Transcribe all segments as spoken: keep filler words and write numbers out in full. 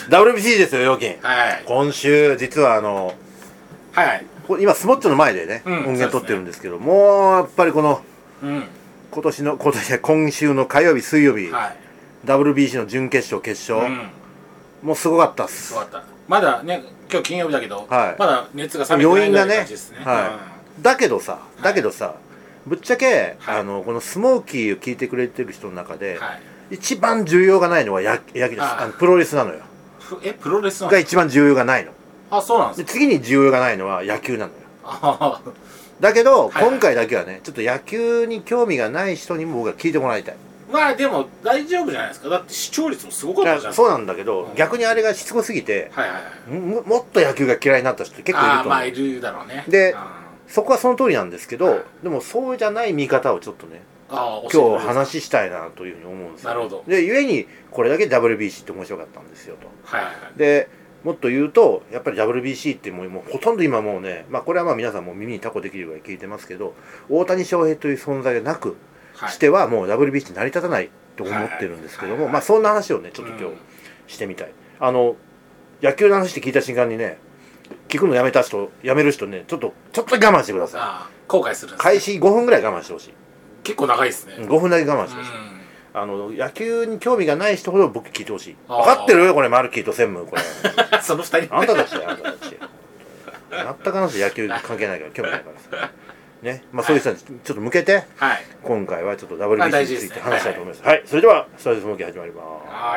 ダブリュービーシー ですよ、料金。 はい。 今週、実はあの、 はいはい。 今、スモッチョの前でね、 うん、 音源撮ってるんですけど、もう、やっぱりこの、 うん、 今年の、今年、今週の火曜日、水曜日、 はい、 ダブリュービーシー の準決勝、決勝、うん、もうすごかったっす。 すごかった。まだね、今日金曜日だけど、 はい、 まだ熱が冷めてないぐらいの感じですね。 はい、だけどさ、だけどさ、はい、ぶっちゃけ、はい、あのこのスモーキーを聞いてくれてる人の中で、はい、一番重要がないのは野球です。あのプロレスなのよ。 え、プロレスなのが一番重要がないの。 あ、そうなんですか。 で次に重要がないのは野球なのよ。だけど、はいはい、今回だけはね、ちょっと野球に興味がない人にも僕は聞いてもらいたい。 まあでも大丈夫じゃないですか。だって視聴率もすごかったじゃん。 そうなんだけど、うん、逆にあれがしつこすぎて、はいはいはい、も, もっと野球が嫌いになった人って結構いると思う。 あ、まあいるだろうね。 で、そこはその通りなんですけど、はい、でもそうじゃない見方をちょっとね、あ、今日話したいなというふうに思うんですよ。 なるほど。 で、ゆえにこれだけ ダブリュービーシー って面白かったんですよと。 はいはいはい、 でもっと言うと、やっぱり ダブリュービーシー ってもう、もうほとんど今もうね、まあこれはまあ皆さんも耳にタコできるぐらい聞いてますけど、大谷翔平という存在がなくしてはもう ダブリュービーシー 成り立たないと思ってるんですけども、まあそんな話をね、ちょっと今日してみたい。あの、野球の話って聞いた瞬間にね、聞くのやめた人、やめる人ね、ちょっと、ちょっと我慢してください。 ああ、後悔するんですね。 開始ごふんぐらい我慢してほしい。 結構長いですね。 ごふんだけ我慢してほしい。あの野球に興味がない人ほど僕聞いてほしい。分かってるよこれ、マルキーと専務これそのふたりあんたたちだよ、あんたたち全く話野球関係ないから興味ないからさね、まあそういう人にちょっと向けて、はい、今回はちょっと ダブリュービーシー について話したいと思います。はい、それではスタジオスモーキー始まります。はい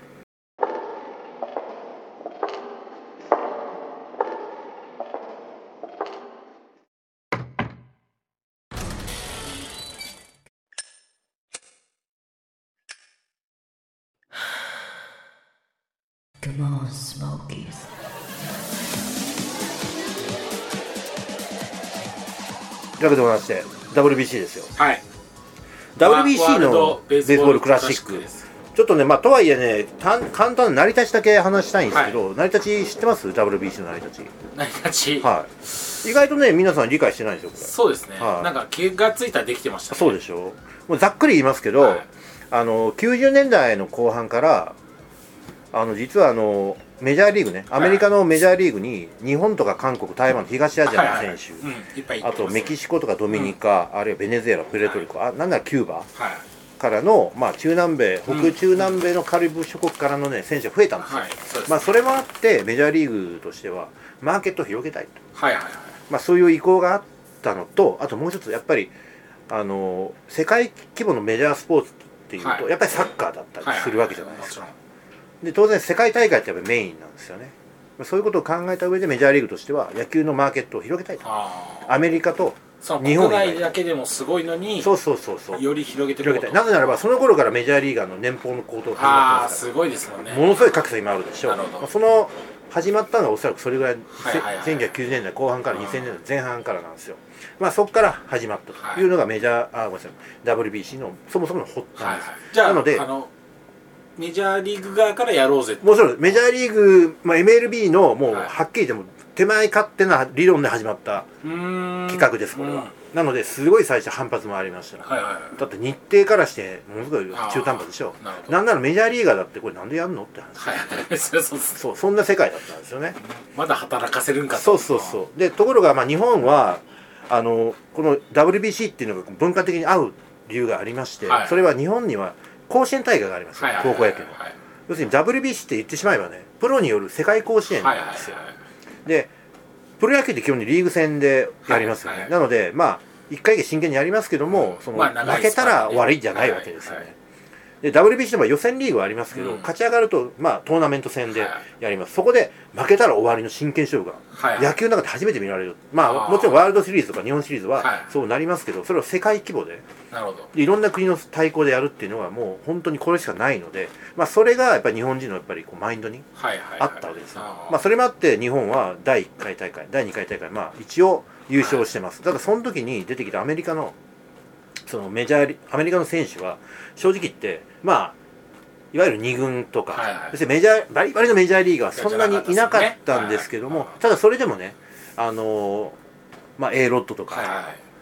、Come on, Smokies. というわけでございまして ダブリュービーシー ですよ。はい。ダブリュービーシー のベースボールクラシック。ちょっとね、まあとはいえね、簡単な成り立ちだけ話したいんですけど、はい、成り立ち知ってます？ ダブリュービーシー の成り立ち。 成り立ち。はい。 意外とね、皆さん理解してないんですよ。これそうですね。はい、なんか気がついたらできてましたね。 そうでしょ。もうざっくり言いますけど、はい、あのきゅうじゅうねんだいの後半からあの実はあのメジャーリーグね、アメリカのメジャーリーグに日本とか韓国、台湾、東アジアの選手、あとメキシコとかドミニカ、うん、あるいはベネズエラ、プエルトリコ、はい、あなんならキューバ、はい、からの、まあ、中南米、北中南米のカリブ諸国からの、ね、選手が増えたんですよ。はい、そ, まあ、それもあってメジャーリーグとしてはマーケットを広げたいと、はいはいはい、まあ、そういう意向があったのと、あともう一つやっぱりあの世界規模のメジャースポーツっていうと、はい、やっぱりサッカーだったりするわけじゃないですか。で当然世界大会ってやっぱりメインなんですよね。そういうことを考えた上でメジャーリーグとしては野球のマーケットを広げたいと。アメリカと日本国内だけでもすごいのに、 そうそうそうそう、 より広げてること。 なぜならばその頃からメジャーリーガーの年俸の高騰が始まってますから。 あー、すごいですもんね。 ものすごい格差今あるでしょう。まあ、その始まったのはおそらくそれぐらい、せんきゅうひゃくきゅうじゅうねんだいこう半からにせんねんだいぜん半からなんですよ。まあそこから始まったというのがメジャー、あ、ごめんなさい、ダブリュービーシー のそもそもの発端です。 じゃあなのであのメジャーリーグ側からやろうぜって。 もちろんメジャーリーグ、まあ、エムエルビー のもうはっきり言っても手前勝手な理論で始まった企画です、これは。なのですごい最初反発もありました、はいはいはい、だって日程からしてものすごい中途半端でしょ。なんならメジャーリーガーだってこれなんでやんのって話、はいはい、そうそうそう、そんな世界だったんですよね。 まだ働かせるんかと。 そうそうそう。でところがまあ日本はあのこの ダブリュービーシー っていうのが文化的に合う理由がありまして、はい、それは日本には甲子園大会があります、はいはいはいはい、高校野球の、はい、要するに ダブリュービーシー って言ってしまえばね、プロによる世界甲子園なんですよ、はいはいはい、でプロ野球って基本にリーグ戦でやりますよね、はいはいはい、なのでまあいっかいだけ真剣にやりますけども、その、まあ、負けたら終わりじゃないわけですよね、はいはいはい、で ダブリュービーシー の場合予選リーグはありますけど、うん、勝ち上がると、まあ、トーナメント戦でやります、はい、そこで負けたら終わりの真剣勝負が、はいはい、野球の中で初めて見られる、まあ、もちろんワールドシリーズとか日本シリーズはそうなりますけど、それを世界規模で、なるほど、いろんな国の対抗でやるっていうのはもう本当にこれしかないので、まあ、それがやっぱり日本人のやっぱりこうマインドにあったわけですよ。まあ、それもあって日本はだいいっかい大会だいにかい大会、まあ、一応優勝してます。ただその時に出てきたアメリカのそのメジャーアメリカの選手は正直言ってまあいわゆるに軍とか、はいはい、そしてメジャーバリバリのメジャーリーガーはそんなにいなかったんですけども、ただそれでもね、あのー、まあ A ロッドとか、はいはい、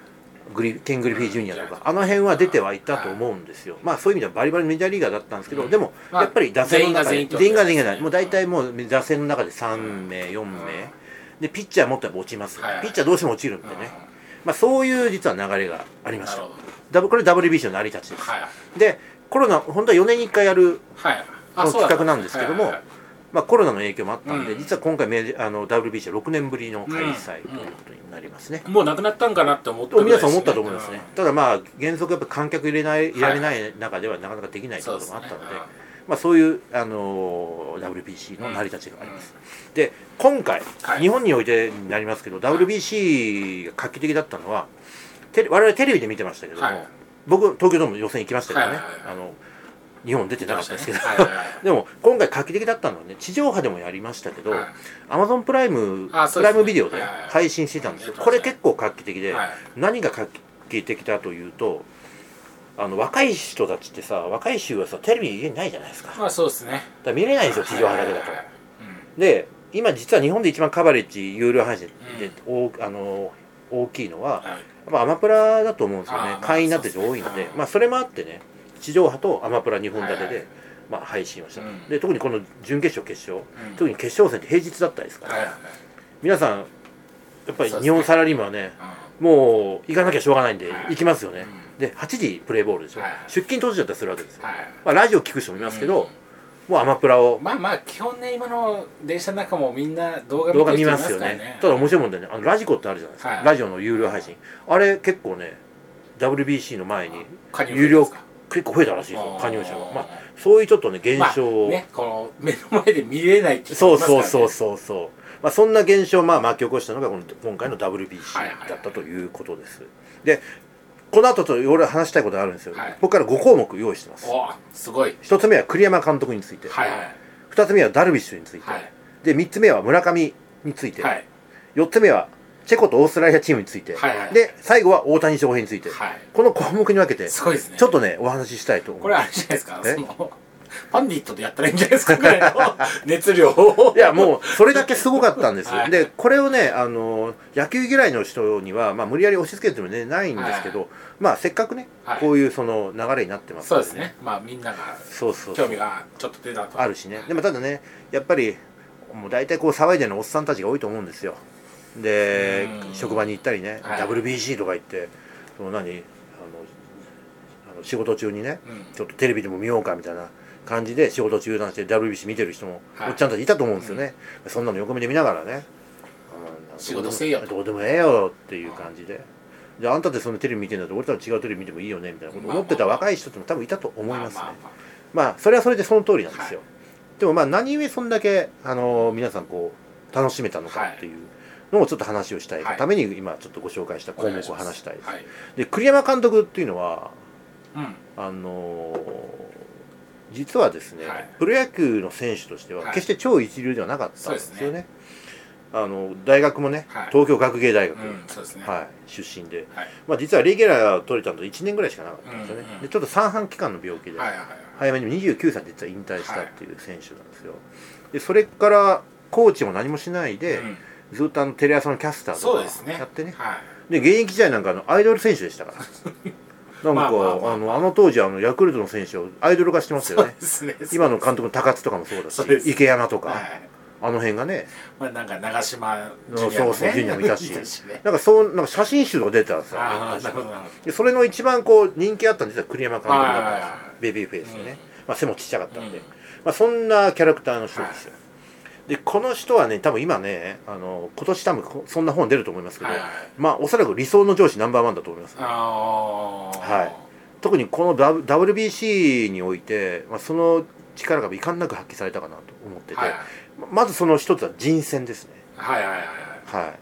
グリケン・グリフィー・ジュニアとかあの辺は出てはいたと思うんですよ、まあそういう意味ではバリバリメジャーリーガーだったんですけど、でもやっぱり打線の中で全員が全員がないもう大体もう打線の中でさんめいよんめいでピッチャーもっと落ちます、ピッチャーどうしても落ちるんでね、まあそういう実は流れがありました。これ ダブリュービーシー の成り立ちです。でコロナ本当はよねんにいっかいやる企画なんですけども、まあ、コロナの影響もあったんで、うん、実は今回メあの ダブリュービーシー はろくねんぶりの開催ということになりますね、 うんうん、もうなくなったんかなって思ったぐらいですね。皆さん思ったと思うんですね、うん、ただまあ原則やっぱ観客入れない入れられない中ではなかなかできないということもあったので、そうですね、まあ、そういう、あのー、ダブリュービーシー の成り立ちがあります、うん、で今回、はい、日本においてになりますけど ダブリュービーシー が画期的だったのはテレ我々テレビで見てましたけども、はい、僕東京ドーム予選行きましたけどね、はいはいはい、あの日本出てなかったですけど、ね、はいはいはい、でも今回画期的だったのはね、地上波でもやりましたけど、はい、Amazon プライム、ね、プライムビデオで配信してたんですよ、はいはいはい、これ結構画期的で、はい、何が画期的だというと、あの若い人たちってさ、若い衆はさテレビ家にないじゃないですか。 まあそうですね。 だから見れないんですよ、地上波だけだと。で今実は日本で一番カバレッジ有料配信で、うん、あの大きいのは、はい、やっぱアマプラだと思うんですよね。会員になってる人多いので、まあそれもあってね、地上波とアマプラにほん立てで、はいはい、まあ、配信をした、うん、で特にこの準決勝決勝、うん、特に決勝戦って平日だったですから、はいはい、皆さんやっぱり日本サラリーマンはね、うん、もう行かなきゃしょうがないんで、はい、行きますよね、うん、ではちじプレーボールでしょ、はい、出勤途中だったりするわけですよ、はい、まあ、ラジオ聞く人もいますけど、うん、もうアマプラをまあまあ基本ね、今の電車の中もみんな動画見, 動画見ますよね。ただ面白いもんでね、あのラジコってあるじゃないですか、はい、ラジオの有料配信、あれ結構ね ダブリュービーシー の前に有料結構増えたらしいですよ、加入者が。まあそういうちょっとね現象を、まあ、 ね、この目の前で見れないっていう、ね、 そうそうそうそうそう、まあ、そんな現象をまあ巻き起こしたのがこの今回の ダブリュービーシー だったということです。でこの後といろいろ話したいことがあるんですよ、はい、ここからごこうもく用意してます。 おすごい。 ひとつめは栗山監督について、はいはい、ふたつめはダルビッシュについて、はい、でみっつめは村上について、はい、よっつめはチェコとオーストラリアチームについて、はいはい、で最後は大谷翔平について、はい、この項目に分けてすごいです、ね、ちょっとねお話ししたいと思います。 これあれじゃないですか、そのパンディットでやったらいいんじゃないですかぐらいの熱量をいやもうそれだけすごかったんですよ、はい、でこれをねあの野球嫌いの人には、まあ、無理やり押し付けてもねないんですけど、はい、まあせっかくね、はい、こういうその流れになってますので、ね、そうですね、まあみんなが興味がちょっと出たとあるしね。でもただねやっぱりもう大体こう騒いでるのおっさんたちが多いと思うんですよ。で職場に行ったりね、はい、ダブリュービーシー とか言ってその何あのあの仕事中にね、うん、ちょっとテレビでも見ようかみたいな感じで仕事中断して ダブリュービーシー 見てる人も、はい、おっちゃんたちいたと思うんですよね、うん、そんなの横目で見ながらね、 うん、仕事せえよどうでもええよっていう感じで、じゃああんたってそのテレビ見てんだと俺たち違うテレビ見てもいいよねみたいなことを思ってた若い人っても多分いたと思いますね。まあそれはそれでその通りなんですよ、はい、でもまあ何故そんだけあの皆さんこう楽しめたのかっていう、はいのをちょっと話をしたいために今ちょっとご紹介した項目を話したいです。はい、で栗山監督っていうのは、うん、あのー、実はですね、はい、プロ野球の選手としては決して超一流ではなかったんですよね。はい、あの大学もね、はい、東京学芸大学、うんそうですねはい、出身で、はいまあ、実はレギュラーを取れたのいちねんぐらいしかなかったんですよね。うんうん、でちょっと三半期間の病気で、はいはいはい、早めににじゅうきゅうさいで実は引退したっていう選手なんですよ。でそれからコーチも何もしないで、うんずっとあのテレ朝のキャスターとかやってね、はい、で現役時代なんかあのアイドル選手でしたからなんかあのあの当時あのヤクルトの選手をアイドル化してますよね。ね今の監督の高津とかもそうだし池山とか、はい、あの辺がね、 まあ、なんか長嶋ジュニアも、ね、そうそうジュニアもいたしね、なんかそうなんか写真集とか出てたんですよ。でそれの一番こう人気あったんですよ栗山監督だったんですよ。ベビーフェイスでね、うんまあ、背もちっちゃかったんで、うんまあ、そんなキャラクターの人ですよ。はいでこの人はね多分今ねあの今年多分そんな本出ると思いますけど、はいはい、まあおそらく理想の上司ナンバーワンだと思います、ね、はい、特にこの ダブリュービーシー において、まあ、その力が遺憾なく発揮されたかなと思ってて、はいはい、まずその一つは人選ですね。はいはいはいはい、はい、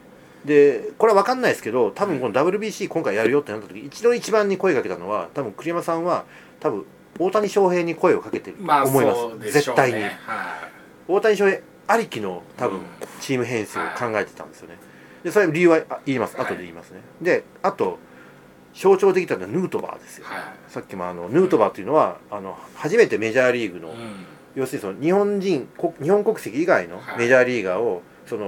でこれは分かんないですけど多分この ダブリュービーシー 今回やるよってなった時一度一番に声かけたのは多分栗山さんは多分大谷翔平に声をかけてると思います、まあね、絶対に、はい、大谷翔平ありきの多分チーム編成を考えてたんですよね。でそれ理由は言います、後で言いますね。であと象徴できたのはヌートバーですよ、はい、さっきもあのヌートバーというのはあの初めてメジャーリーグの、うん、要するにその日本人日本国籍以外のメジャーリーガーをその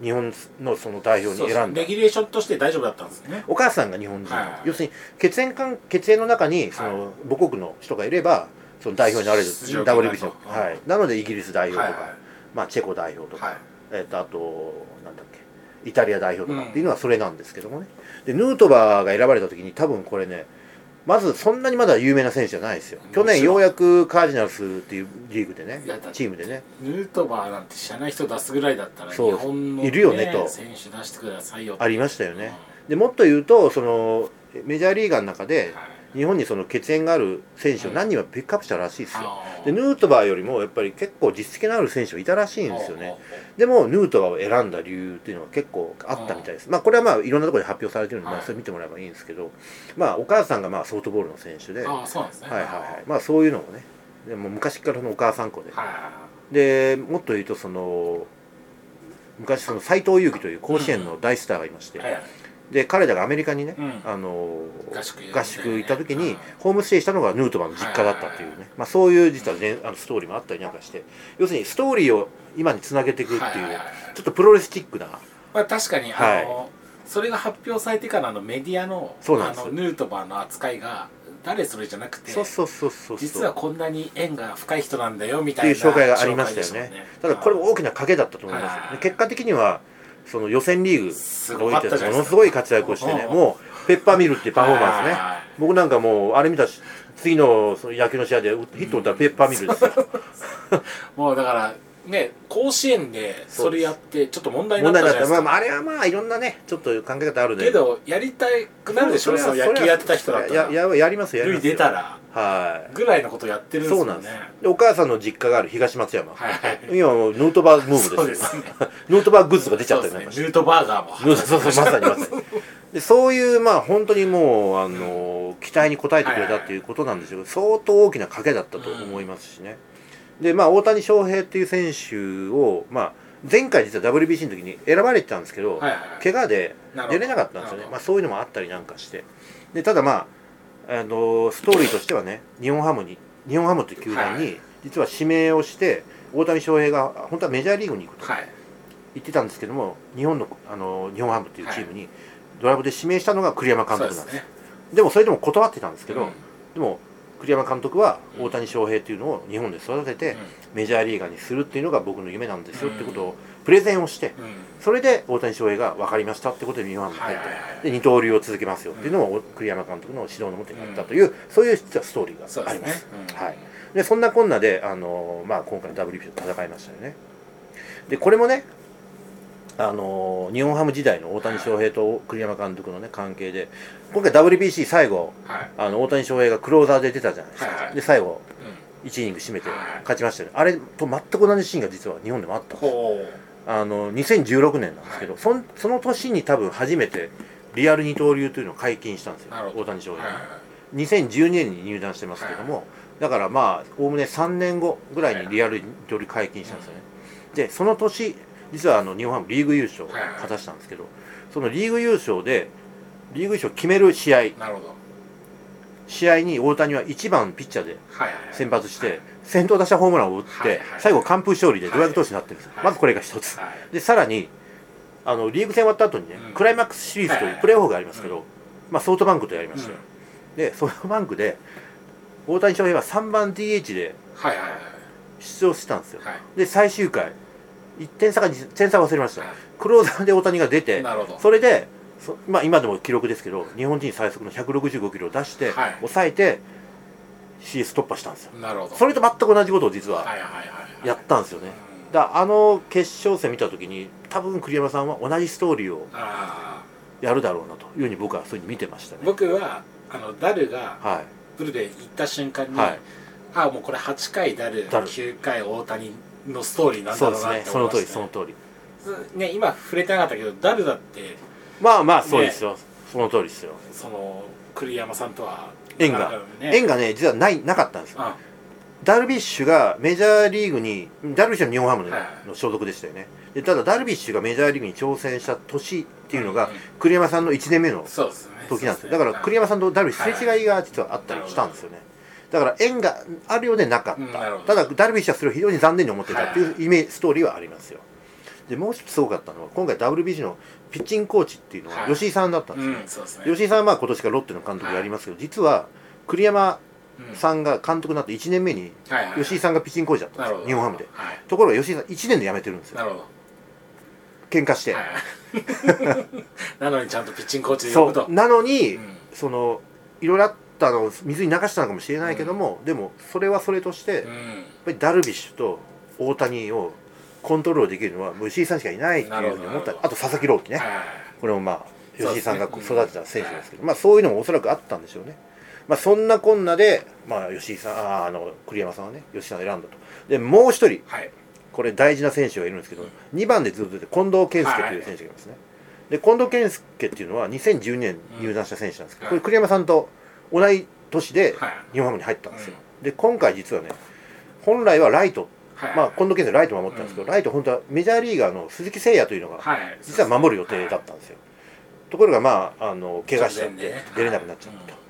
日本のその代表に選んだ。 レギュレーションとして大丈夫だったんですね。 お母さんが日本人、 はいはい、 要するに血縁関血縁の中にその母国の人がいればその代表になれる ダブリュービーシー の、はい、なのでイギリス代表とか、はいはい、まあ、チェコ代表とか、はい、えー、とあとなんだっけイタリア代表とかっていうのはそれなんですけどもね、でヌートバーが選ばれた時に多分これね、まずそんなにまだ有名な選手じゃないですよ。去年ようやくカージナルスっていうリーグでね、チームでね、 ヌートバーなんて知らない人出すぐらいだったら日本の、ね、 いるよねと選手出してくださいよありましたよね、うん、でもっと言うとそのメジャーリーガーの中で、はい、日本にその血縁がある選手を何人もピックアップしたらしいですよ、うん、でヌートバーよりもやっぱり結構実績のある選手がいたらしいんですよね、うん、でもヌートバーを選んだ理由っていうのは結構あったみたいです、うん、まあこれはまあいろんなところで発表されてるので、まあ、それ見てもらえばいいんですけど、まあお母さんがまあソフトボールの選手で、 ああそうなんですね、 はいはいはい、まあそういうのをね、でも昔からのお母さん子で、 はいはいはい、 でもっと言うとその昔その斎藤佑樹という甲子園の大スターがいまして、うん、はいはい、で彼らがアメリカにね、うん、あの合宿合宿行った時にホームステイしたのがヌートバーの実家だったっていうね、まあ、そういう実は、ね、あのストーリーもあったりなんかして、要するにストーリーを今につなげていくっていうちょっとプロレスチックな、 まあ、確かに、はい、あのそれが発表されてからのメディア の, あのヌートバーの扱いが誰それじゃなくて、 そうそうそうそう、 実はこんなに縁が深い人なんだよみたいなっていう紹介がありましたよね。ただこれも大きな賭けだったと思います。結果的にはその予選リーグにおいてものすごい活躍をしてね、もうペッパーミルっていうパフォーマンスね、僕なんかもうあれ見た次 の, その野球の試合でヒット打ったらペッパーミルですよもうだからね、甲子園でそれやってちょっと問題になったじゃないですか。 まあ、あれはまあいろんなねちょっと考え方あるでけどやりたくなるでしょ。その野球やってた人だったらや, や, やりますよ、やりますよ、 塁出たらはいぐらいのことやってるんですよね。そうなんです。 でお母さんの実家がある東松山、 はいはい、 今もうヌートバームーブですよ。ね、ヌートバーグッズが出ちゃったりなんかして、 ヌートバーガーもそうそうまさにまさにでそういうまあ本当にもうあの期待に応えてくれたっていうことなんですけど、相当大きな賭けだったと思いますしね。でまあ大谷翔平っていう選手を、まあ、前回実は ダブリュービーシー の時に選ばれてたんですけど、はいはいはい、怪我で出れなかったんですよね。まあ、そういうのもあったりなんかして、でただまあ、あのストーリーとしてはね、日本ハムに日本ハムという球団に実は指名をして、大谷翔平が本当はメジャーリーグに行くと言ってたんですけども、日本のあの日本ハムっていうチームにドラフトで指名したのが栗山監督なんです。で, す、ね、でもそれでも断ってたんですけど、うん、でも栗山監督は大谷翔平っていうのを日本で育ててメジャーリーガーにするっていうのが僕の夢なんですよってことをプレゼンをして、それで大谷翔平が分かりましたってことで日本ハムに入ってで二刀流を続けますよっていうのを栗山監督の指導のもとにやったという、そういう実はストーリーがあります。はい。でそんなこんなであの、まあ、今回の ダブリュービーシー と戦いましたよね。でこれもね、あの日本ハム時代の大谷翔平と栗山監督の、ね、関係で、今回 ダブリュービーシー 最後、はい、あの大谷翔平がクローザーで出たじゃないですか、はいはい、で最後、うん、いちイニング締めて勝ちましたよね、はい、あれと全く同じシーンが実は日本でもあったんですよ。あのにせんじゅうろくねんなんですけど、はい、そ, その年に多分初めてリアル二刀流というのを解禁したんですよ、大谷翔平が、はいはい、にせんじゅうにねんに入団してますけども、はい、だからまあおおむねさんねんごぐらいにリアル二刀流解禁したんですよね、はい、でその年実はあの日本ハムリーグ優勝を果たしたんですけど、そのリーグ優勝でリーグ優勝を決める試合、 なるほど、 試合に大谷はいちばんピッチャーで先発して先頭打者ホームランを打って最後完封勝利でドラフト投手になってるんですよ。まずこれが一つで、さらにあのリーグ戦終わった後にね、クライマックスシリーズというプレーオフがありますけど、まあソフトバンクとやりましたよ。でソフトバンクで大谷翔平はさんばん ディーエイチ で出場してたんですよ。で最終回いってん差かにてん差忘れました、はい、クローザーで大谷が出て、それでそ、まあ、今でも記録ですけど日本人最速のひゃくろくじゅうごキロを出して、はい、抑えて シーエス 突破したんですよ。 なるほど。 それと全く同じことを実はやったんですよね。だからあの決勝戦見た時に多分栗山さんは同じストーリーをやるだろうなというふうに僕はそういうふうに見てましたね。 僕はあのダルがブルで行った瞬間に、はい、ああもうこれはちかいダル、きゅうかい大谷のストーリーなんだろうなって思いましたね。 その通りその通りね、今触れてなかったけどダルだってまあまあそうですよ、ね、その通りですよ。 その栗山さんとは縁が、ね、縁がね実はないなかったんですよ。ダルビッシュがメジャーリーグにダルビッシュは日本ハムの所属でしたよね。でただダルビッシュがメジャーリーグに挑戦した年っていうのが、うんうん、栗山さんのいちねんめの時なんですよ。だから栗山さんとダルビッシュすれ違いが実はあったりしたんですよね。だから縁があるようでなかった、うん、ただダルビッシュはそれを非常に残念に思ってたっていうイメージストーリーはありますよ。 でもう一つすごかったのは今回 ダブリュービーシー のピッチングコーチっていうのは吉井さんだったんですよ、はいうんそうですね、吉井さんはまあ今年からロッテの監督やりますけど、はい、実は栗山さんが監督になっていちねんめに吉井さんがピッチングコーチだったんですよ、はいはい、日本ハムで、はい、ところが吉井さんいちねんで辞めてるんですよ。なるほど。喧嘩して、はい、 なのにちゃんとピッチングコーチで呼ぶと。 そうなのに、うん、そのいろいろあったのを水に流したのかもしれないけども、うん、でもそれはそれとして、うん、やっぱりダルビッシュと大谷をコントロールできるのは吉井さんしかいないっていうふうに思った。あと佐々木朗希ね、はい、これもまあ吉井さんが育てた選手ですけど、ね、まあそういうのもおそらくあったんでしょうね。まあそんなこんなで、まあ、吉井さんああの栗山さんはね吉井さんを選んだと。でもう一人、はい、これ大事な選手がいるんですけど、うん、にばんでずっと出て近藤健介という選手がいますね、はい、で近藤健介っていうのはにせんじゅうにねん入団した選手なんですけど、うん、これ栗山さんと同い年で日本ハムに入ったんですよ、うん、で今回実はね本来はライト、はい、まあ近藤健介ライト守ってたんですけど、うん、ライト本当はメジャーリーガーの鈴木誠也というのが実は守る予定だったんですよ、はい、ところがまああの怪我しちゃって出れなくなっちゃったと、はい、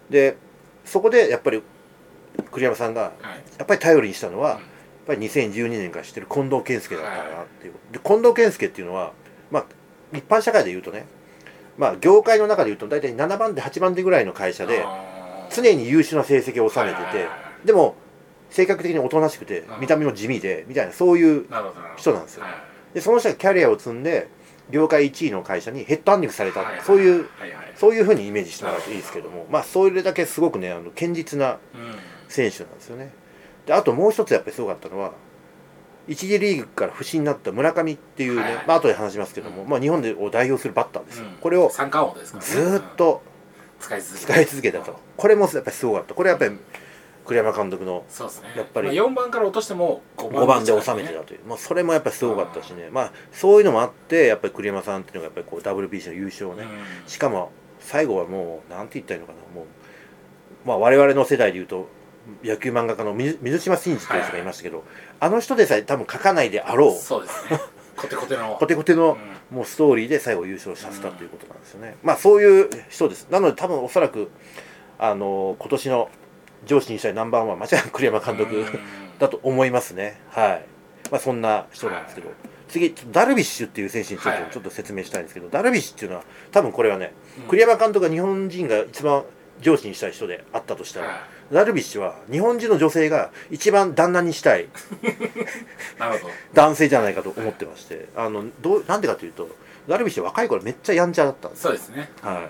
でそこでやっぱり栗山さんがやっぱり頼りにしたのは、やっぱりにせんじゅうにねんから知ってる近藤健介だったかなっていう。で近藤健介っていうのは、まあ、一般社会でいうとね、まあ、業界の中でいうと大体ななばん手はちばん手ぐらいの会社で常に優秀な成績を収めてて、でも性格的におとなしくて見た目も地味でみたいなそういう人なんですよ。でその人がキャリアを積んで業界いちいの会社にヘッドハンディングされた、そういうそういうふうにイメージしてもらうといいですけども、まあそれだけすごくねあの堅実な選手なんですよね。であともう一つやっぱりすごかったのは一次リーグから不振になった村上っていうね、はいはい、まあ後で話しますけども、うん、まあ日本でを代表するバッターですよ、うん、これをずーっと使い続けたと、これもやっぱりすごかった。これやっぱり栗山監督のやっぱり、 まあ、よんばんから落としてもごばんで収めてたという、まあ、それもやっぱりすごかったしね、まあそういうのもあってやっぱり栗山さんっていうのがやっぱりこう ダブリュービーシー の優勝をね、うん、しかも最後はもうなんて言ったらいいのかな、もうまあ我々の世代でいうと野球漫画家の水島新司という人がいましたけど、はいはい、あの人でさえ多分書かないであろうそうですねコテコテのコテコテの、うん、もうストーリーで最後優勝させたということなんですよね、うん、まあそういう人です。なので多分おそらくあの今年の上司にしたいナンバーワンは間違いなく栗山監督だと思いますね。はい、まあ、そんな人なんですけど、はい、次ダルビッシュっていう選手についてもちょっと説明したいんですけど、はい、ダルビッシュっていうのは多分これはね、うん、栗山監督が日本人が一番上司にしたい人であったとしたら、はい、ダルビッシュは日本人の女性が一番旦那にしたいなるほど男性じゃないかと思ってまして、あのどうなんでかというとダルビッシュ若い頃めっちゃやんちゃだったんです。 そうですね、 はい、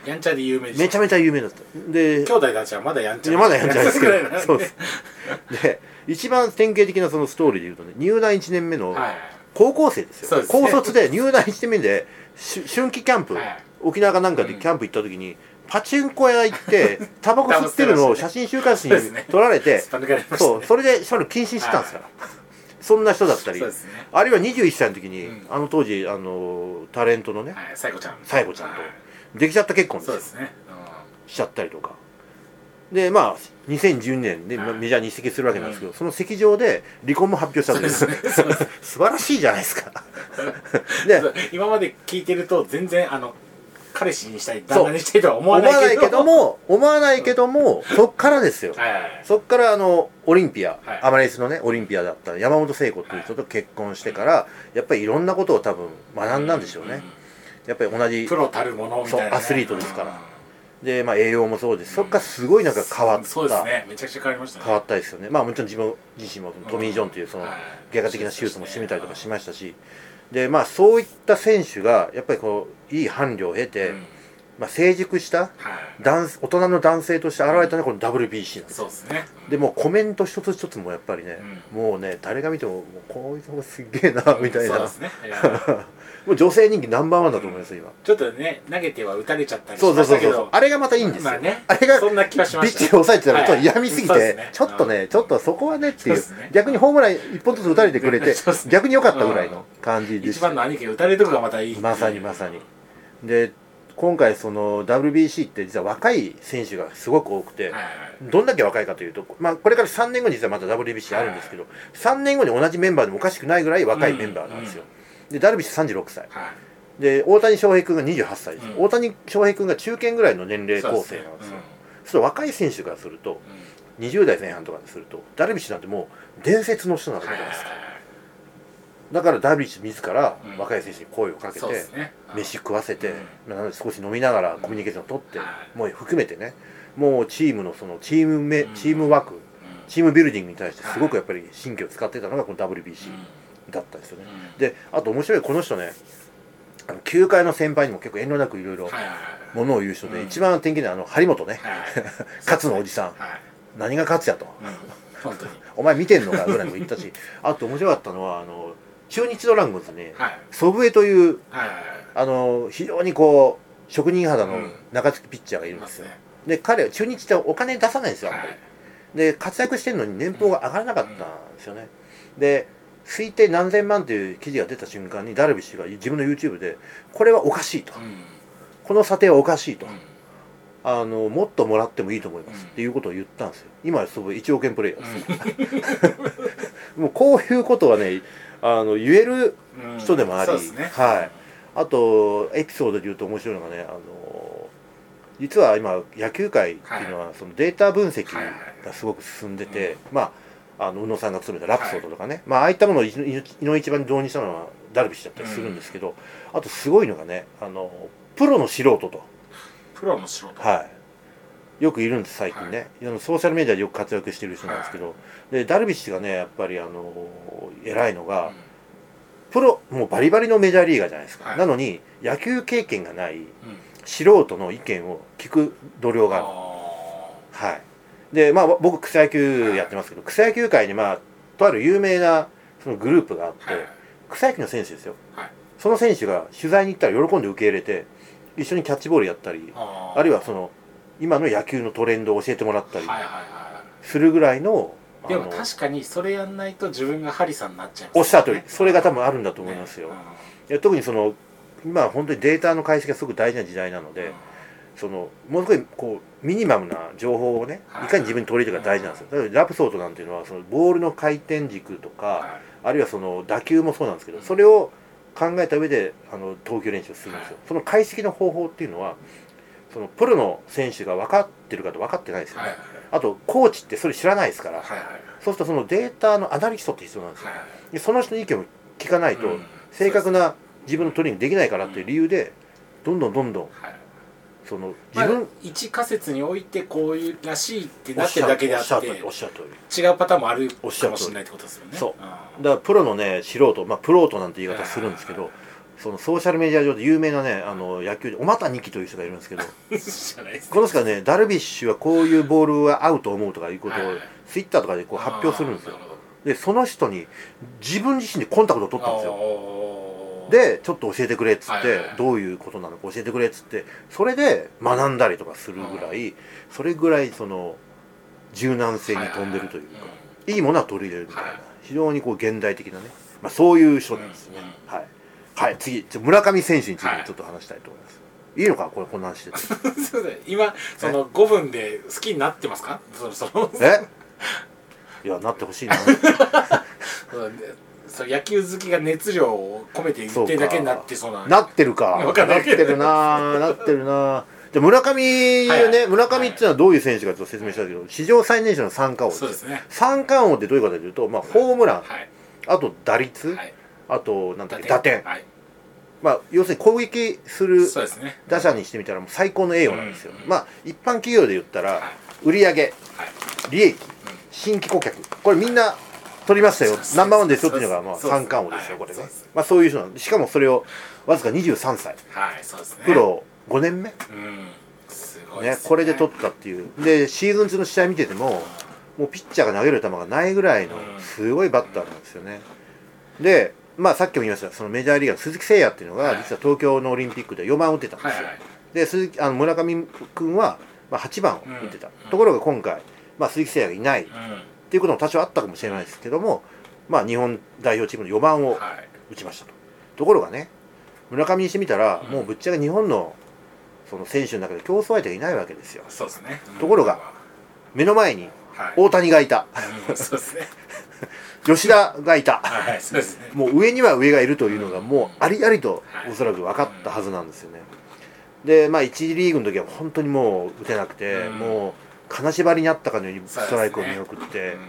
やんちゃで有名でした。めちゃめちゃ有名だった。で兄弟たちはまだやんちゃまだやんちゃですけどそうですで一番典型的なそのストーリーでいうとね、入団いちねんめの高校生ですよ、はい、高卒で入団いちねんめで春季キャンプ、はい、沖縄かなんかでキャンプ行った時に、うん、パチンコ屋行ってタバコ吸ってるのを写真週刊誌に撮られてそうそれでそれを禁止してたんですから、はい、そんな人だったり、ね、あるいはにじゅういっさいの時に、うん、あの当時あのタレントのねサイコちゃんサイコちゃんとできちゃった結婚ですよ、 そうですね、 しちゃったりとかで、まあにせんじゅうにねんでメジャーに移籍するわけなんですけど、うん、その席上で離婚も発表したんです。素晴らしいじゃないですかで今まで聞いてると全然あの彼氏にしたい旦那にしたいとは思わないけども思わないけどもそっからですよ、はいはいはい、そっからあのオリンピア、はい、アマレスのねオリンピアだった山本聖子という人と結婚してから、はい、やっぱりいろんなことを多分学んだんでしょうね、うんうん、やっぱり同じプロたるものみたいな、ね、 そうアスリートですから、うんでまあ、栄養もそうです、うん、そっからすごいなんか変わった、 そうですね、めちゃくちゃ変わりましたね、 変わったですよね。まあもちろん自分自身もトミー・ジョンというその外科的な手術もしてみたりとかしましたし、でまあそういった選手がやっぱりこういい伴侶を経て、うんまあ、成熟した男大人の男性として現れたのがこの ダブリュービーシー なんですよ。 そうですね、 でもうコメント一つ一つもやっぱりね、うん、もうね誰が見てももうこういうのがすげえなみたいな、うん、そうですねもう女性人気ナンバーワンだと思います、うん、今ちょっとね投げては打たれちゃったりしましたけど、そうそうそうそうあれがまたいいんですよ、まあね、あれがそんな気がしました、ね、 ビッチリ抑えてたらちょっと嫌味すぎて、はいね、ちょっとね、うん、ちょっとそこはねっていう、ね、逆にホームラン一本ずつ打たれてくれて、ね、逆に良かったぐらいの感じです。 一番の兄貴が打たれるとこがまたいい、 まさにまさにで今回その ダブリュービーシー って実は若い選手がすごく多くて、どんだけ若いかというと、まあ、これからさんねんごに実はまた ダブリュービーシー あるんですけど、さんねんごに同じメンバーでもおかしくないぐらい若いメンバーなんですよ。でダルビッシュさんじゅうろくさいで大谷翔平君がにじゅうはっさいです、大谷翔平君が中堅ぐらいの年齢構成なんですよ。そう若い選手からするとにじゅうだいぜんはんとかでするとダルビッシュなんてもう伝説の人なわけじゃないですか。 だからダルビッシュ自ら若い選手に声をかけて、飯食わせて、少し飲みながらコミュニケーションを取って、もう含めてね、もうチームのそのチームめチームワーク、チームビルディングに対してすごくやっぱり神経を使ってたのがこの ダブリュービーシー だったんですよね。であと面白い、この人ね、あの球界の先輩にも結構遠慮なくいろいろものを言う人で、一番典型なあの張本ね、勝のおじさん、何が勝つやと、お前見てんのかぐらいも言ったし、あと面白かったのはあの中日ドラゴンズね、祖父江というあの非常にこう職人肌の中継ぎピッチャーがいるんですよ。で彼は中日ってお金出さないんですよ、あんまり。で活躍してるのに年俸が上がらなかったんですよね。で推定何千万という記事が出た瞬間にダルビッシュが自分の YouTube でこれはおかしいと、この査定はおかしいと、あのもっともらってもいいと思いますっていうことを言ったんですよ。今はすごいいちおくえんプレイヤーですもうこういうことはね、あの言える人でもあり、はい、あとエピソードで言うと面白いのがね、あの実は今野球界っていうのはそのデータ分析がすごく進んでて、まああの宇野さんが務めたラプソードとかね、はい、まあああいったものを井の一番に導入したのはダルビッシュだったりするんですけど、うん、あとすごいのがね、あのプロの素人とプロの素人、 はい、よくいるんです最近ね、はい、ソーシャルメディアでよく活躍してる人なんですけど、はい、でダルビッシュがねやっぱりあの偉いのが、うん、プロもうバリバリのメジャーリーガーじゃないですか、はい、なのに野球経験がない、うん、素人の意見を聞く度量がある、はい。でまあ僕草野球やってますけど、草野球界にまあとある有名なそのグループがあって、はい、草野球の選手ですよ、はい、その選手が取材に行ったら喜んで受け入れて一緒にキャッチボールやったり、 あ, あるいはその今の野球のトレンドを教えてもらったりするぐらいの、 でも確かにそれやんないと自分がハリさんになっちゃいます、 ね、おっしゃる通り、それが多分あるんだと思いますよ、ね、いや特にその今は本当にデータの解析がすごく大事な時代なので、うん、そのものすごいこうミニマムな情報をねいかに自分に取り入れるか大事なんですよ。だからラプソードなんていうのはそのボールの回転軸とか、あるいはその打球もそうなんですけど、それを考えた上であの投球練習をするんですよ。その解析の方法っていうのはそのプロの選手が分かってるかと分かってないですよね。あとコーチってそれ知らないですから、そうするとそのデータのアナリストって必要なんですよ。でその人の意見を聞かないと正確な自分のトレーニングできないからっていう理由でどんどんどんどんその自分、 まあ、一仮説においてこういうらしいってなってるだけであっておっしゃる通り違うパターンもあるかもしれないってことですよね。 そうだからプロのね素人、まあプロートなんて言い方するんですけど、そのソーシャルメディア上で有名なねあの野球でおまたにきという人がいるんですけどこの人がねダルビッシュはこういうボールは合うと思うとかいうことをツイッターとかでこう発表するんですよ。でその人に自分自身でコンタクトを取ったんですよ。でちょっと教えてくれっつって、どういうことなのか教えてくれっつって、それで学んだりとかするぐらい、それぐらいその柔軟性に富んでるというか、いいものは取り入れるみたいな、非常にこう現代的なね、まあ、そういう人なんですね。はい、はい、次村上選手についてちょっと話したいと思います。いいのかこれこんな話してて今そのごふんで好きになってますか？そそのえいやなってほしいなそう野球好きが熱量を込めて言ってるだけになってそうななってるかなってるななってるなじゃ村上ね、はい、村上っていうのはどういう選手かと説明したけど、史上最年少の三冠王です。 そうですね。 三冠王ってどういうかというと、まあ、ホームラン、はい、あと打率、はい、あとなんだっけ打点、はい、まあ要するに攻撃する打者にしてみたらもう最高の栄誉なんですよ。まあ一般企業で言ったら、はい、売上、はい、利益、新規顧客、これみんな取りましたよ、ナンバーワンですよっていうのがまあ三冠王ですよこれね。まあそういう人なんで、しかもそれをわずかにじゅうさんさい、 はいそうですね、 プロごねんめ、 うんすごいね、これで取ったっていう。でシーズン中の試合見てても、もうピッチャーが投げる球がないぐらいのすごいバッターなんですよね。でまあさっきも言いました、そのメジャーリーガーの鈴木誠也っていうのが実は東京のオリンピックでよばん打ってたんですよ。はいはい、で鈴木あの村上君はまあはちばんを打ってた、うん、ところが今回、まあ、鈴木誠也がいない、うんっていうことも多少あったかもしれないですけども、まあ日本代表チームのよばんを打ちましたと。はい、ところがね、村上にしてみたら、うん、もうぶっちゃけ日本のその選手の中で競争相手がいないわけですよ。 そうですね。 ところが目の前に大谷がいた。 はい、そうですね。 吉田がいた。 はい、そうですね。 もう上には上がいるというのがもうありありとおそらく分かったはずなんですよね。で、まあ一次リーグの時は本当にもう打てなくて、うん、もう金縛りにあったかのようにストライクを見送って、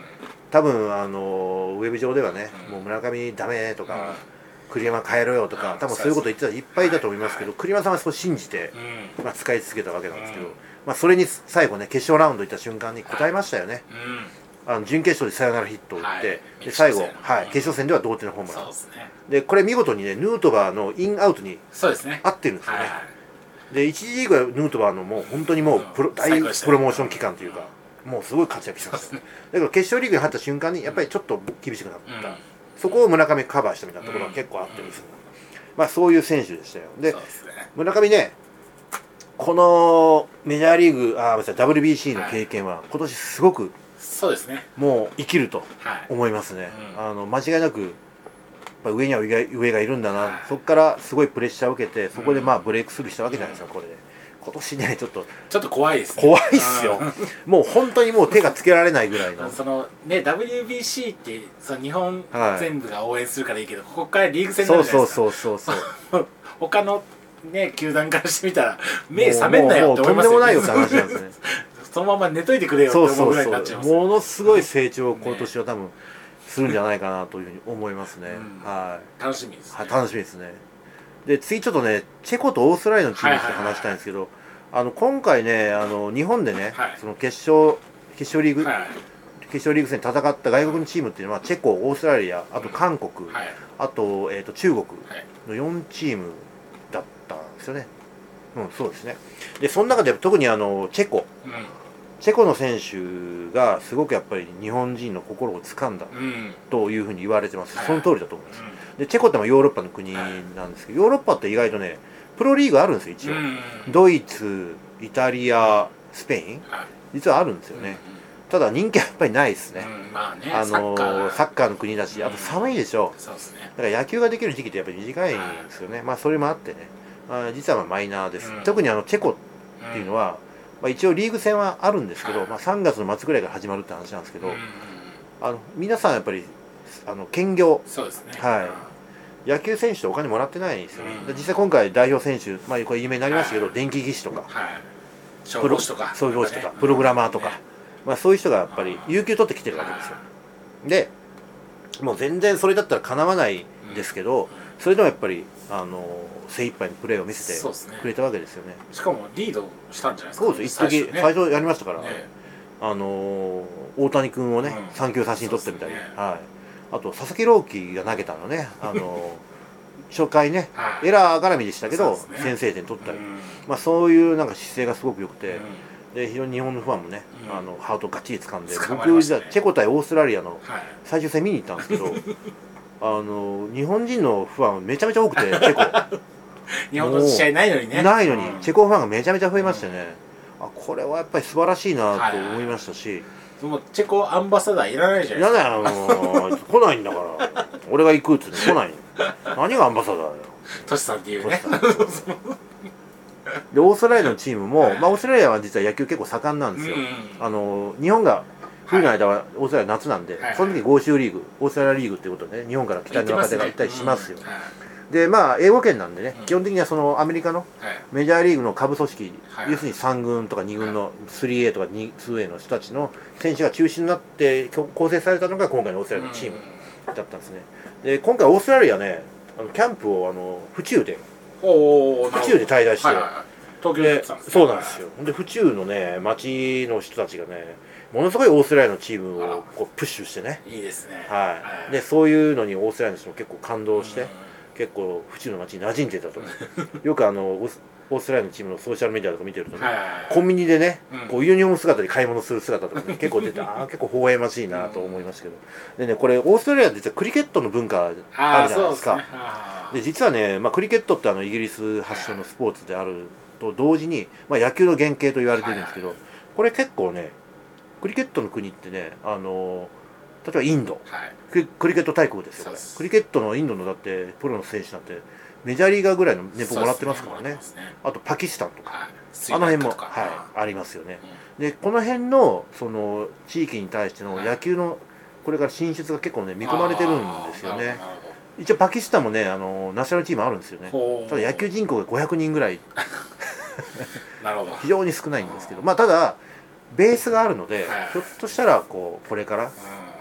多分あのウェブ上ではね、うん、もう村上ダメとか、うん、栗山変えろよとか、多分そういうこと言ってたらいっぱいいたと思いますけど、はい、栗山さんはそう信じて、うん、まあ、使い続けたわけなんですけど、うん、まあ、それに最後ね決勝ラウンド行った瞬間に応えましたよね、はい、あの準決勝でサヨナラヒットを打って、はい、で最後、はい、決勝戦では同点のホームラン、そうですね、でこれ見事にねヌートバーのインアウトに合ってるんですよね。でいちじリーグはヌートバーのもう本当にもうプロ、大プロモーション期間というか、もうすごい活躍してます。だけど決勝リーグに入った瞬間にやっぱりちょっと厳しくなった、うん、そこを村上カバーしたみたいなところが結構あってですね、まあそういう選手でしたよ。で、ね、村上ね、このメジャーリーグ、あ、ダブリュービーシー の経験は今年すごくそうですね、 もう生きると思いますね、はい、うん、あの間違いなくやっぱ上には上が、上がいるんだな、はい、そこからすごいプレッシャーを受けて、そこでまあブレイクスルーしたわけじゃないですか、これで。今年ね、ちょっとちょっと怖いですね。 怖いっすよ。もう本当にもう手がつけられないぐらいの。 そのね、ダブリュービーシー ってその日本全部が応援するからいいけど、はい、ここからリーグ戦になるじゃないですか。そうそうそうそう。他のね球団からしてみたら目覚めんなよって思いますよね。とんでもないよって話なんですね。そのまま寝といてくれよって思うぐらいになっちゃいます。 そうそうそう、ものすごい成長を今年は多分するんじゃないかなというふうに思いますね。うん、はい。 楽しみですね。 はい、楽しみですね。で次ちょっとねチェコとオーストラリアのチームについて話したいんですけど、あの今回ね、あの日本でね、はい、その決勝決勝リーグ、はい、決勝リーグ戦戦った外国のチームっていうのはチェコ、オーストラリア、あと韓国、はい、あと、えー、と中国のよんチームだったんですよね。うん、そうですね。でその中で特にあのチェコ、うん、チェコの選手がすごくやっぱり日本人の心を掴んだというふうに言われてます。うん、その通りだと思います。でチェコってヨーロッパの国なんですけど、ヨーロッパって意外とねプロリーグあるんですよ一応、うん、ドイツ、イタリア、スペイン、はい、実はあるんですよね、うん、ただ人気はやっぱりないですね、うん、まあね、あのサッカーサッカーの国だし、あと寒いでしょ、うん、そうですね、だから野球ができる時期ってやっぱり短いんですよね、はい、まあそれもあってね、まあ、実はまあマイナーです、うん、特にあのチェコっていうのは、まあ、一応リーグ戦はあるんですけど、はい、まあ、さんがつの末ぐらいから始まるって話なんですけど、うん、あの皆さんやっぱりあの兼業、そうですね、はい、野球選手とお金もらってないんですよね、うん、実際今回代表選手、まあ、これ有名になりましたけど、はい、電気技師とか、はい、消防士とか消防士とか、プログラマーとか、ね、まあ、そういう人がやっぱり有給取ってきてるわけですよ。でもう全然それだったらかなわないんですけど、うん、それでもやっぱりあの精一杯のプレーを見せてくれたわけですよね。 しかもリードしたんじゃないですか。 そうです、一時、ね、最初やりましたから、ね、あの大谷君をね、うん、さんきゅう三振取ってみたり、ね、はい、あと佐々木朗希が投げたのね、あの初回ね、はい、エラー絡みでしたけど、ね、先制点取ったり、うん、まあ、そういうなんか姿勢がすごく良くて、うん、で非常に日本のファンもね、うん、あのハートをがっちり掴んで、ね、僕実はチェコ対オーストラリアの最終戦見に行ったんですけど、はい、あの日本人のファンめちゃめちゃ多くて、チェコ日本の試合ないのにね、 ないのに、うん、チェコファンがめちゃめちゃ増えましてね、うん、あこれはやっぱり素晴らしいなと思いましたし、はいはい、 そのチェコアンバサダーいらないじゃないですか。 いらない、もう来ないんだから俺が行くっつって来ない。何がアンバサダーだよ、 トシさんっていうねでオーストラリアのチームも、まあ、オーストラリアは実は野球結構盛んなんですよ、うんうん、あの日本が冬の間はオーストラリア夏なんで、はい、その時豪州リーグ、オーストラリアリーグっていうことで、ね、日本から北の若手が行ったりしますよ、うん、はい、でまあ英語圏なんでね、うん、基本的にはそのアメリカのメジャーリーグの下部組織、はい、要するにさん軍とかに軍の スリーエー とか ツーエー の人たちの選手が中心になって構成されたのが今回のオーストラリアのチームだったんですね。で今回オーストラリアね、あのキャンプをあの府中で府中で滞在して、はいはいはい、東京でそうなんですよ。で府中のね町の人たちがねものすごいオーストラリアのチームをこうプッシュしてね、 いいですね、 はい、はい、でそういうのにオーストラリアの人も結構感動して、結構府中の町に馴染んでたと思うよくあのオーストラリアのチームのソーシャルメディアとか見てるとね、はいはいはい、コンビニでね、うん、こうユニフォーム姿で買い物する姿とか、ね、結構出てああ結構微笑ましいなと思いますけど、でねこれオーストラリアって実はクリケットの文化あるじゃないですか。で実はね、まあ、クリケットってあのイギリス発祥のスポーツであると同時に、まあ、野球の原型と言われてるんですけど、はいはい、これ結構ねクリケットの国ってね、あの例えばインド、はい、ク, クリケット大国ですよ。これクリケットのインドのだってプロの選手なんてメジャーリーガーぐらいの年俸もらってますからね。ねあとパキスタンとか、はい、あの辺も、はい、ありますよね、うん、でこの辺のその地域に対しての野球のこれから進出が結構ね見込まれてるんですよね。一応パキスタンもねあのナショナルチームあるんですよね。ただ野球人口がごひゃくにんぐらいなるほど非常に少ないんですけど、まあただベースがあるので、はい、ひょっとしたらこうこれから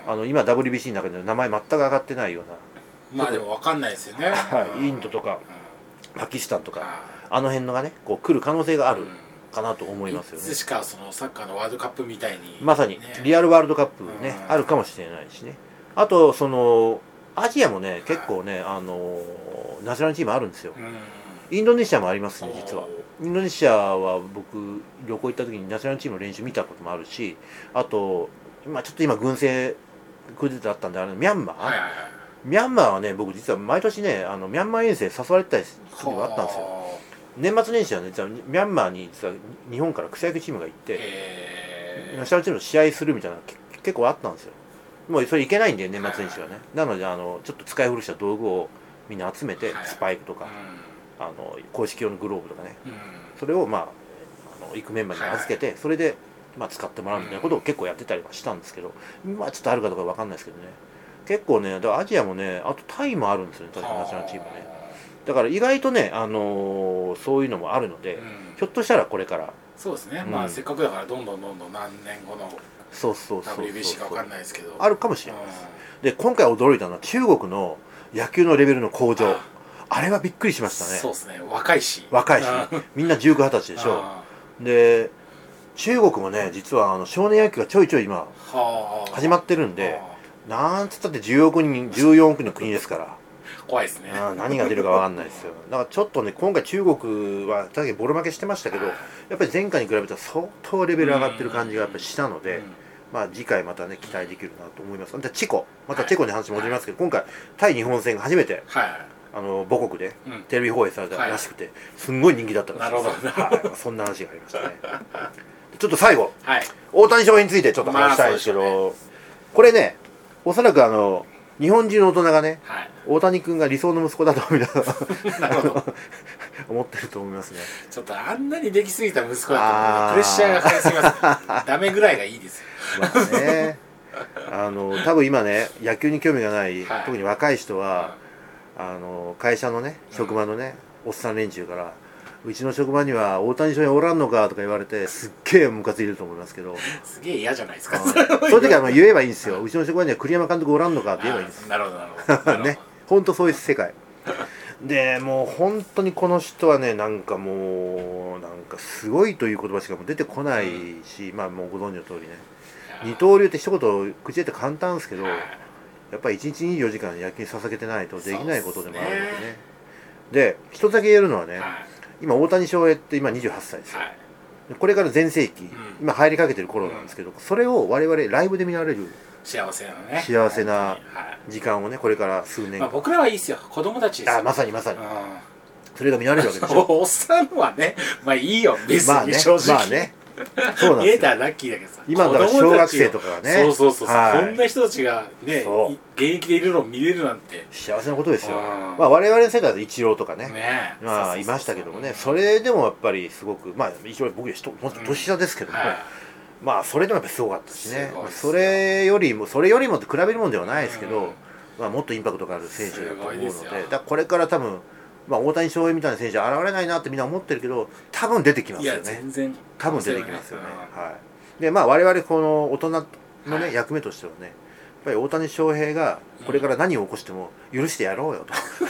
あの今 ダブリュービーシー の中で名前全く上がってないような、まあでも分かんないですよね、 はい、インドとかパキスタンとかあの辺のがねこう来る可能性があるかなと思いますよね。 いつしかそのサッカーのワールドカップみたいに、ね、 まさにリアルワールドカップね、うん、あるかもしれないしね。あとそのアジアもね結構ねあのナショナルチームあるんですよ、うん、インドネシアもありますね実は。インドネシアは僕旅行行った時にナショナルチームの練習見たこともあるし、あと、まあ、ちょっと今軍政クーデターあったんであのミャンマー、はいはいはい、ミャンマーはね僕実は毎年ねあのミャンマー遠征誘われてたりする時があったんですよ。年末年始はね実はミャンマーに実は日本から草野球チームが行ってナショナルチームの試合するみたいな結構あったんですよ。もうそれいけないんで年末年始はね。なのであのちょっと使い古した道具をみんな集めてスパイクとか、あの公式用のグローブとかね、それをまああの行くメンバーに預けてそれでまあ使ってもらうみたいなことを結構やってたりはしたんですけど、まあちょっとあるかどうかわかんないですけどね。結構ねだからアジアもねあとタイもあるんですよね確かナショナルチームね。だから意外とねあのー、そういうのもあるので、ひょっとしたらこれからそうですね、うん、まあせっかくだからどんどんどんどん何年後のそうそうそうダブリュービーシー か分かんないですけどあるかもしれないです。で今回驚いたのは中国の野球のレベルの向上、あ, あれはびっくりしましたね。 そうですね若いし若いしみんなじゅうきゅう、はたちでしょ。で中国もね実はあの少年野球がちょいちょい今始まってるんで、なんつったってじゅうおくにんじゅうよんおくの国ですから怖いですね。 何が出るか分かんないですよ。だからちょっとね今回中国は確かにボロ負けしてましたけど、やっぱり前回に比べたら相当レベル上がってる感じがやっぱりしたので、まあ次回またね期待できるなと思います。でチェコまたチェコに話戻りますけど、今回対日本戦が初めてあの母国でテレビ放映されたらしくてすんごい人気だったんですよ。はい、そんな話がありましたね。ちょっと最後、大谷翔平についてちょっと話したいんですけど、これねおそらくあの日本中の大人がね、はい、大谷君が理想の息子だとみたいな思ってると思いますね。 ちょっとあんなにできすぎた息子だとプレッシャーがかかりすぎますね。ダメぐらいがいいですよ。 まあね、あの多分今ね野球に興味がない、はい、特に若い人は、うん、あの会社のね職場のね、うん、おっさん連中からうちの職場には大谷翔平おらんのかとか言われてすっげえムカついてると思いますけど、 すげえ嫌じゃないですか。 そういう時はまあ言えばいいんですよ。うちの職場には栗山監督おらんのかって言えばいいんです。 なるほどなるほどね、本当そういう世界でもう本当にこの人はねなんかもうなんかすごいという言葉しかも出てこないし、うん、まあもうご存知の通りね二刀流って一言口で言って簡単ですけど、やっぱりいちにちにじゅうよじかん野球に捧げてないとできないことでもあるのでね。で一つだけ言えるのはね、今大谷翔平って今にじゅうはっさいですよ、はい、これから全盛期、うん、今入りかけてる頃なんですけど、うん、それを我々ライブで見られる幸せなね幸せな時間をねこれから数年、 まあ、僕らはいいですよ子供たちですよ。 あまさにまさに、うん、それが見られるわけでしょ。 おっさんはねまあいいよ別に正直、まあねまあねそうなんですよ。見えたらラッキーだけどさ、 今だから小学生とかがねそうそうそう、はい、こんな人たちがね現役でいるのを見れるなんて幸せなことですよ。まあ我々の世代でイチローとかね、ねまあいましたけどもね、それでもやっぱりすごくまあ一応僕より年下ですけども、うんはい、まあそれでもやっぱりすごかったしね、それよりもそれよりもって比べるもんではないですけど、うんまあ、もっとインパクトがある選手だと思うので、だからこれから多分まあ、大谷翔平みたいな選手は現れないなってみんな思ってるけど多分出てきますよね。 いや全然多分出てきますよね。はい、でまあ我々この大人のね、はい、役目としてはねやっぱり大谷翔平がこれから何を起こしても許してやろうよと、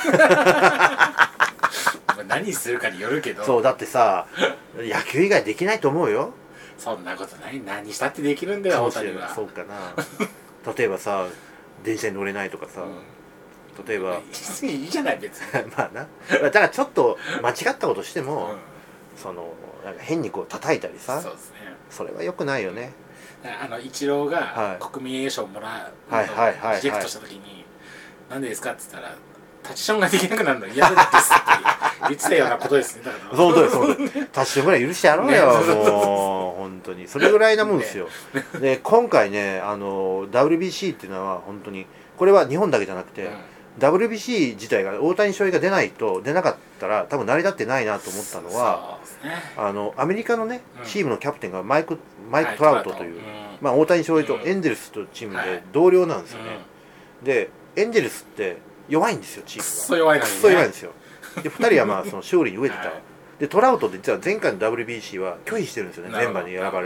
うん、何するかによるけどそうだってさ野球以外できないと思うよ。 そんなことない何したってできるんだよ大谷は。 そうかな例えばさ電車に乗れないとかさ、うん例えばいいじゃない別にまあなだからちょっと間違ったことしても、うん、そのなんか変にこう叩いたりさそうですねそれは良くないよね。 あのイチローが国民栄誉賞をもらうのをリジェクトした時になんでですかって言ったらタッチションができなくなるの嫌ですって言ってたようなことですね。だからそうですそうですタッチションぐらい許してやろうよ、ね、もう本当にそれぐらいなもんですよ、ね、で今回ねあの ダブリュービーシー っていうのは本当にこれは日本だけじゃなくて、うんダブリュービーシー 自体が大谷翔平が出ないと出なかったら多分成り立ってないなと思ったのは、ね、あのアメリカのね、うん、チームのキャプテンがマイクマイク・トラウトという、うんまあ、大谷翔平とエンゼルスというチームで同僚なんですよね、うん、でエンゼルスって弱いんですよチームがくっそ弱いのにねくっそ弱いんですよでふたりはまあその勝利に飢えてた、はい、でトラウトって実は前回の ダブリュービーシー は拒否してるんですよね、メンバーに選ばれる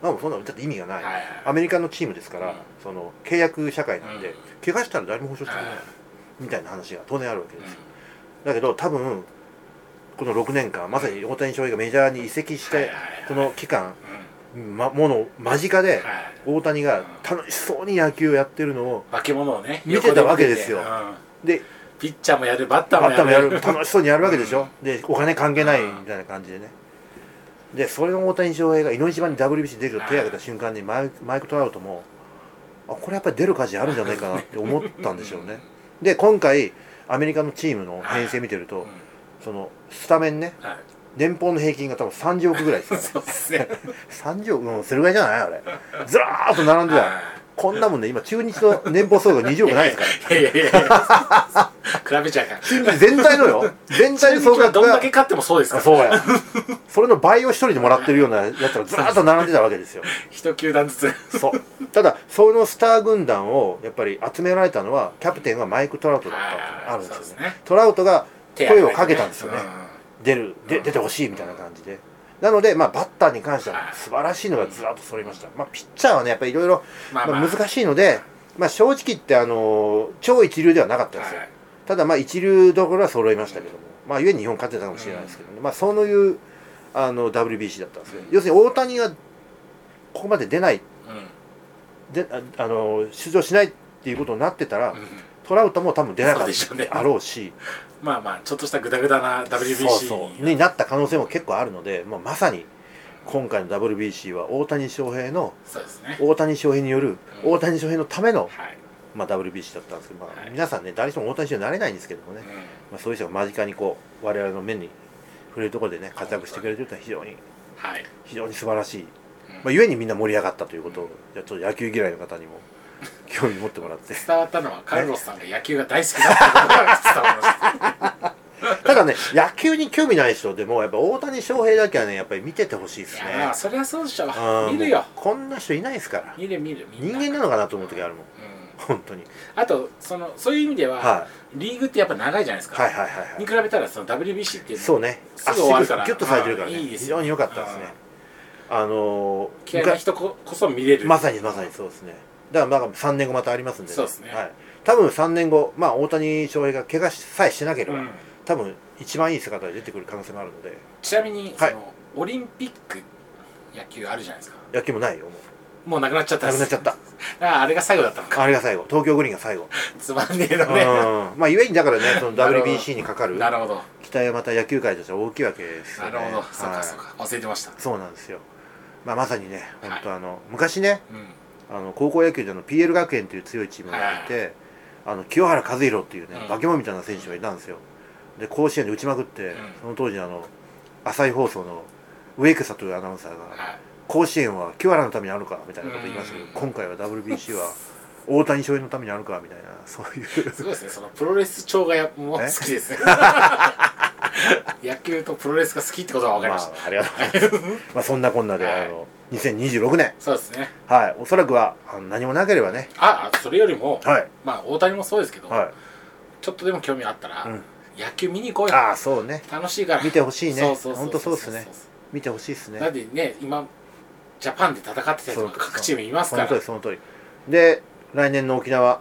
まあそんなのだって意味がない、アメリカのチームですから、その契約社会なんで、怪我したら誰も保証してくれないみたいな話が当然あるわけです。だけど多分このろくねんかんまさに大谷翔平がメジャーに移籍してこの期間、ま、もの間近で大谷が楽しそうに野球をやってるのを化け物をね見てたわけですよ。でピッチャーもやるバッターもやる、 バッターもやる楽しそうにやるわけでしょ。でお金関係ないみたいな感じでね。でそれの大谷翔平が井の一番に ダブリュービーシー 出ると手を挙げた瞬間にマイク、マイク・トラウトもあこれやっぱり出る価値あるんじゃないかなって思ったんでしょうね。で今回アメリカのチームの編成見てるとそのスタメンね、年俸の平均が多分さんじゅうおくぐらいですからね。さんじゅうおく、もうそれぐらいじゃないあれ。ずらーっと並んでた。こんなもんね、今中日の年俸総額にじゅうおくないですから。 いやいやいや比べちゃうから。 中日全体のよ。全体の総額が。 どんだけ勝ってもそうですから。 そうや。それの倍を一人でもらってるようなやつがずらーっと並んでたわけですよ。 一球団ずつ。 そう。ただ、そのスター軍団をやっぱり集められたのは、キャプテンがマイク・トラウトだったっていうのがあるんですよね。トラウトが声をかけたんですよね。出る、で出てほしいみたいな感じで。なので、まあ、バッターに関しては素晴らしいのがずらっと揃いました。まあ、ピッチャーはね、やっぱりいろいろ難しいので、まあ、正直言って、あの超一流ではなかったですよ。ただ、まあ、一流どころは揃いましたけども、まあ、ゆえに日本勝ってたかもしれないですけどね、まあ、そういうあの ダブリュービーシー だったんですね。要するに大谷がここまで出ない、であの出場しないっていうことになってたら、トラウトも多分出なかったであろうし。 まあまあちょっとしたグダグダな ダブリュービーシーそうそうになった可能性も結構あるので、まあ、まさに今回の ダブリュービーシー は大谷翔平の、 そうですね、 大谷翔平による、うん、大谷翔平のための、 はいまあ、ダブリュービーシー だったんですけど、まあはい、 皆さんね誰しも大谷翔平になれないんですけどもね、うんまあ、そういう人が間近にこう我々の目に触れるところでね活躍してくれるというのは非常に、 はい、非常に素晴らしい、うんまあ、ゆえにみんな盛り上がったということを、うん、ちょっと野球嫌いの方にも興味持ってもらって伝わったのはカルロスさんが野球が大好きだってことが伝わりましたただね、野球に興味ない人でもやっぱ大谷翔平だけはねやっぱり見ててほしいですね。 いやまあそりゃそうでしょ。見るよ。 こんな人いないですから。 見る見る人間なのかなと思う時あるもん。うん、本当に。 あとそのそういう意味では、はい、リーグってやっぱ長いじゃないですか。 はいはいはい、はい。 に比べたらその ダブリュービーシー っていうのそうね。 すぐ終わるから。 ギュッとされてるからね。いいです非常に良かったですね。あのー、嫌いな人こそ見れる。 まさにまさにそうですね。だからまあさんねんごまたありますんで、ね。 そうですね。 はい。多分さんねんごまあ大谷翔平が怪我さえしなければ、うん、多分一番いい姿で出てくる可能性もあるので。 ちなみに、はい、そのオリンピック野球あるじゃないですか。 野球もないよもう。もうなくなっちゃったなくなっちゃった。 ああれが最後だったのか。 あれが最後。東京五輪が最後。 つまんねえのね。 うん。まあゆえにだからねその ダブリュービーシー にかかるなるほど期待はまた野球界としては大きいわけですよね。 なるほど。そうかそうか。忘れてました。 そうなんですよ。まあまさにね本当あの昔ねあの高校野球での ピーエル 学園という強いチームがいてあの清原和博っていうね化け物みたいな選手がいたんですよ。で甲子園で打ちまくって、うん、その当時あの朝日放送の植草というアナウンサーが、はい、甲子園は清原のためにあるかみたいなこと言いましたけど、今回は ダブリュービーシー は大谷翔平のためにあるかみたいなそういうすごいですね。そのプロレス調がやもう好きですね野球とプロレスが好きってことが分かりました、 まあ、ありがとうございますまあそんなこんなで、はい、あのにせんにじゅうろくねんそうですねはいおそらくはあの何もなければねあそれよりも、 はい、 まあ大谷もそうですけど、はい、ちょっとでも興味あったら、うん野球見に行こうよ。 ああそうね楽しいから見てほしいね。本当そうですね見てほしいですね。 だってね今ジャパンで戦ってたりとか各チームいますから。 その通りその通りで来年の沖縄、うん、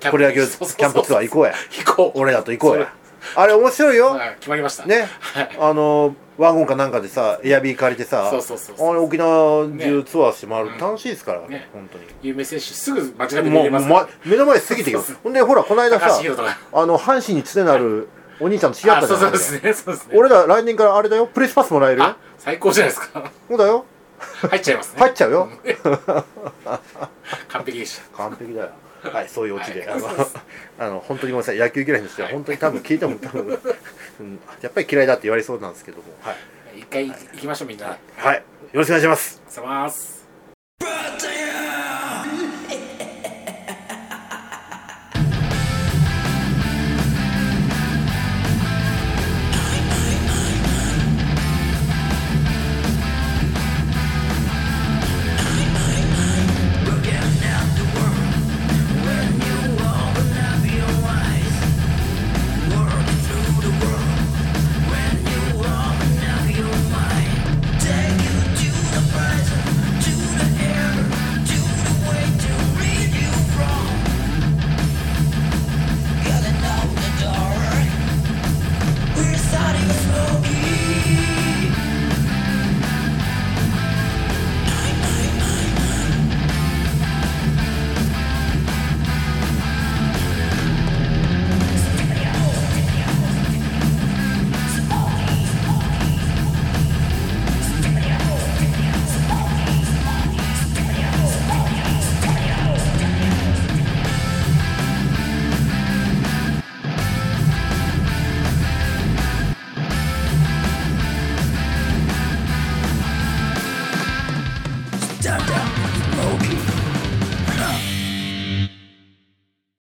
プロ野球キャンプツアー行こうや行こう俺らと行こうやあれ面白いよ決まりましたねあのワゴンかなんかでさエアビー借りてさそうそうそうあれ沖縄中ツアーして回る楽しいですから本当に有名選手すぐ間違って見れますから目の前過ぎてきますほんでほらこの間さあの阪神につねなるお兄ちゃんと知り合ったじゃないですか俺ら来年からあれだよプレスパスもらえるよ最高じゃないですかそうだよ入っちゃいますね入っちゃうよ完璧でした完璧だよはいそういうオチであのあの本当にごめんなさい野球嫌いの人は本当に多分聞いても多分、うん、やっぱり嫌いだって言われそうなんですけどもはい一回行きましょうみんなはいよろしくお願いしますお願いします